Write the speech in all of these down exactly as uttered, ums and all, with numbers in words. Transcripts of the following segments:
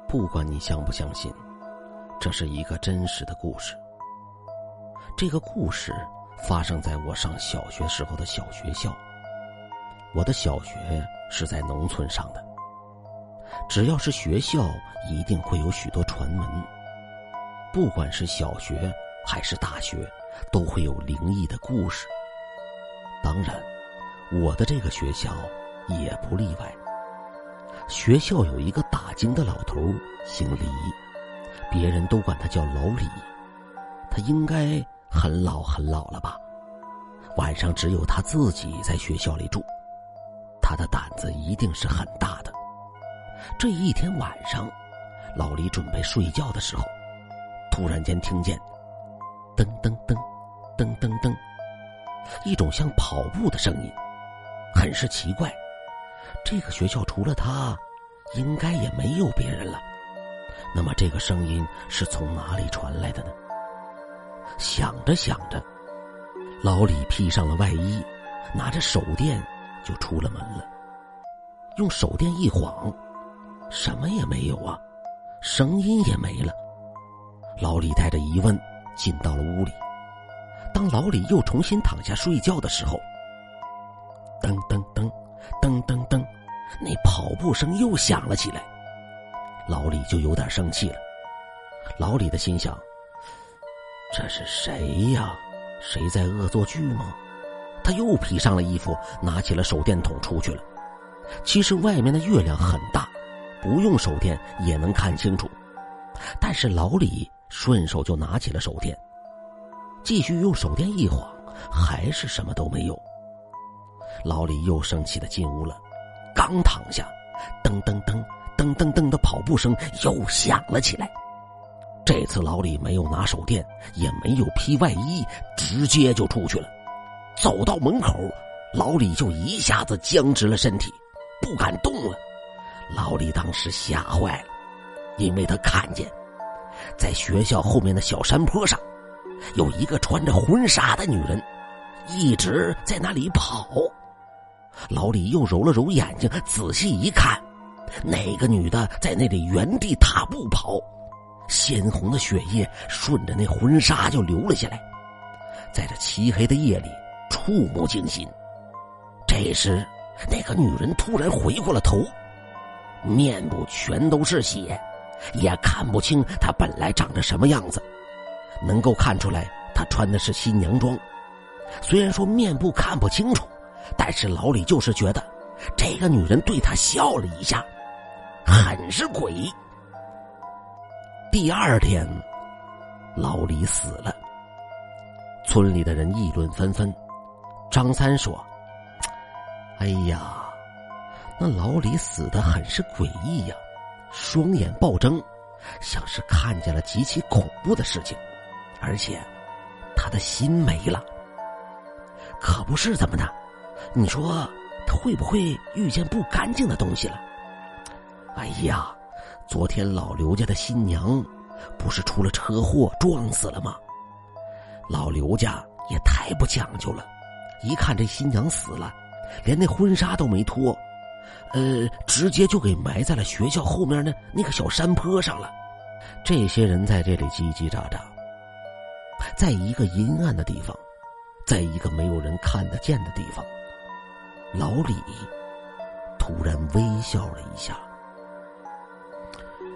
不管你相不相信，这是一个真实的故事。这个故事发生在我上小学时候的小学校。我的小学是在农村上的，只要是学校一定会有许多传闻，不管是小学还是大学，都会有灵异的故事。当然，我的这个学校也不例外。学校有一个打更的老头，姓李，别人都管他叫老李。他应该很老很老了吧，晚上只有他自己在学校里住，他的胆子一定是很大的。这一天晚上，老李准备睡觉的时候，突然间听见噔噔噔噔噔噔一种像跑步的声音，很是奇怪。这个学校除了他，应该也没有别人了。那么这个声音是从哪里传来的呢？想着想着，老李披上了外衣，拿着手电就出了门了。用手电一晃，什么也没有啊，声音也没了。老李带着疑问进到了屋里。当老李又重新躺下睡觉的时候，噔噔噔噔噔噔，那跑步声又响了起来。老李就有点生气了。老李的心想，这是谁呀？谁在恶作剧吗？他又披上了衣服，拿起了手电筒出去了。其实外面的月亮很大，不用手电也能看清楚，但是老李顺手就拿起了手电，继续用手电一晃，还是什么都没有。老李又生气地进屋了，刚躺下，噔噔噔噔噔噔的跑步声又响了起来。这次老李没有拿手电，也没有披外衣，直接就出去了。走到门口，老李就一下子僵直了身体，不敢动了。老李当时吓坏了，因为他看见在学校后面的小山坡上，有一个穿着婚纱的女人一直在那里跑。老李又揉了揉眼睛，仔细一看，那个女的在那里原地踏步跑，鲜红的血液顺着那婚纱就流了下来，在这漆黑的夜里触目惊心。这时那个女人突然回过了头，面部全都是血，也看不清她本来长着什么样子，能够看出来她穿的是新娘装。虽然说面部看不清楚，但是老李就是觉得这个女人对他笑了一下，很是诡异。第二天，老李死了，村里的人议论纷纷。张三说，哎呀，那老李死得很是诡异呀，双眼暴睁，像是看见了极其恐怖的事情，而且他的心没了。可不是怎么的，你说他会不会遇见不干净的东西了？哎呀，昨天老刘家的新娘不是出了车祸撞死了吗？老刘家也太不讲究了，一看这新娘死了，连那婚纱都没脱，呃，直接就给埋在了学校后面的那个小山坡上了。这些人在这里叽叽喳喳，在一个阴暗的地方，在一个没有人看得见的地方，老李突然微笑了一下。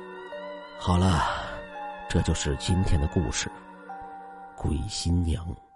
好了，这就是今天的故事，鬼新娘。